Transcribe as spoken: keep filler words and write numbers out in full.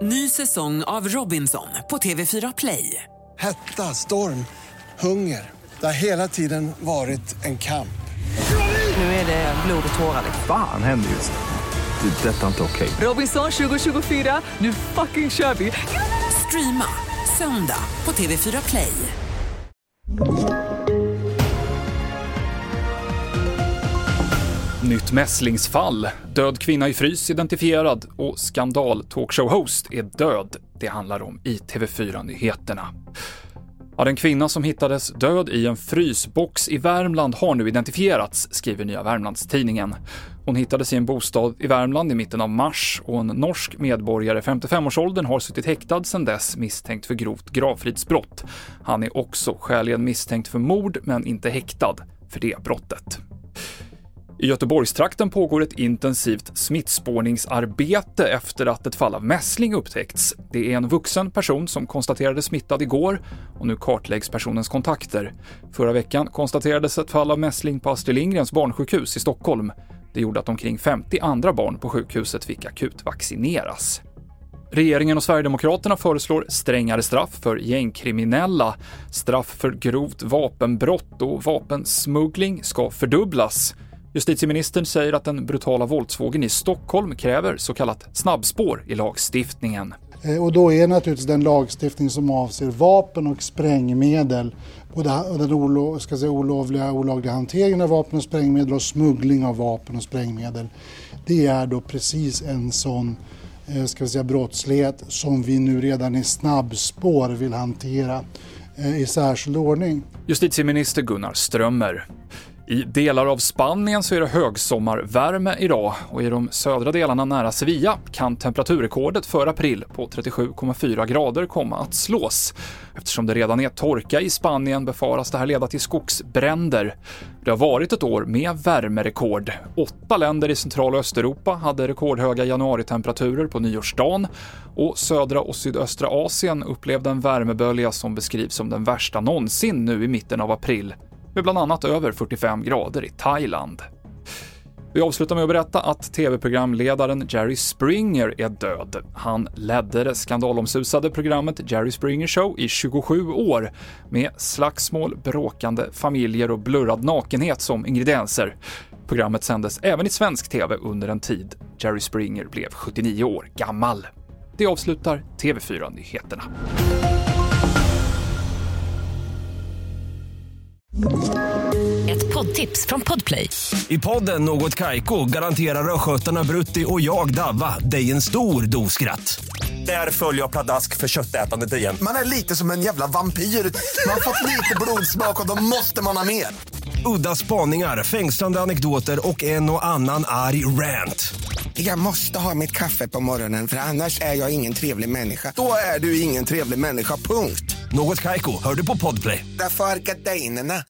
Ny säsong av Robinson på T V fyra Play. Hetta, storm, hunger. Det har hela tiden varit en kamp. Nu är det blod och tårar. Fan händer just det. Det är detta inte okej. Robinson tjugo tjugofyra, nu fucking kör vi. Streama söndag på T V fyra Play. Nytt mässlingsfall, död kvinna i frys identifierad och skandal talkshow-host är död. Det handlar om i T V fyra-nyheterna. Ja, den kvinna som hittades död i en frysbox i Värmland har nu identifierats, skriver Nya Värmlandstidningen. Hon hittades i en bostad i Värmland i mitten av mars och en norsk medborgare femtiofem-årsåldern har suttit häktad sedan dess misstänkt för grovt gravfridsbrott. Han är också skäligen misstänkt för mord men inte häktad för det brottet. I Göteborgstrakten pågår ett intensivt smittspårningsarbete efter att ett fall av mässling upptäckts. Det är en vuxen person som konstaterades smittad igår och nu kartläggs personens kontakter. Förra veckan konstaterades ett fall av mässling på Astrid Lindgrens barnsjukhus i Stockholm. Det gjorde att omkring femtio andra barn på sjukhuset fick akut vaccineras. Regeringen och Sverigedemokraterna föreslår strängare straff för gängkriminella. Straff för grovt vapenbrott och vapensmuggling ska fördubblas. Justitieministern säger att den brutala våldsvågen i Stockholm kräver så kallat snabbspår i lagstiftningen. Och då är naturligtvis den lagstiftning som avser vapen och sprängmedel, både den olo, ska säga, olovliga olagliga hanteringen av vapen och sprängmedel och smuggling av vapen och sprängmedel. Det är då precis en sån ska vi säga, brottslighet som vi nu redan i snabbspår vill hantera i särskild ordning. Justitieminister Gunnar Strömmer. I delar av Spanien så är det högsommarvärme idag och i de södra delarna nära Sevilla kan temperaturrekordet för april på trettiosju komma fyra grader komma att slås. Eftersom det redan är torka i Spanien befaras det här leda till skogsbränder. Det har varit ett år med värmerekord. Åtta länder i Central- och Östeuropa hade rekordhöga januaritemperaturer på nyårsdagen och södra och sydöstra Asien upplevde en värmebölja som beskrivs som den värsta någonsin nu i mitten av april. Med bland annat över fyrtiofem grader i Thailand. Vi avslutar med att berätta att tv-programledaren Jerry Springer är död. Han ledde det skandalomsusade programmet Jerry Springer Show i tjugosju år med slagsmål, bråkande familjer och blurrad nakenhet som ingredienser. Programmet sändes även i svensk tv under en tid. Jerry Springer blev sjuttionio år gammal. Det avslutar T V fyra-nyheterna. Ett poddtips från Podplay. I podden Något Kaiko garanterar röskötarna Brutti och jag Davva dig en stor doskratt. Där följer jag pladask för köttätandet igen. Man är lite som en jävla vampyr. Man har fått lite blodsmak och då måste man ha mer. Udda spaningar, fängslande anekdoter och en och annan arg rant. Jag måste ha mitt kaffe på morgonen för annars är jag ingen trevlig människa. Då är du ingen trevlig människa, punkt. Något Kaiko, hör du på Podplay. Därför är gardinerna.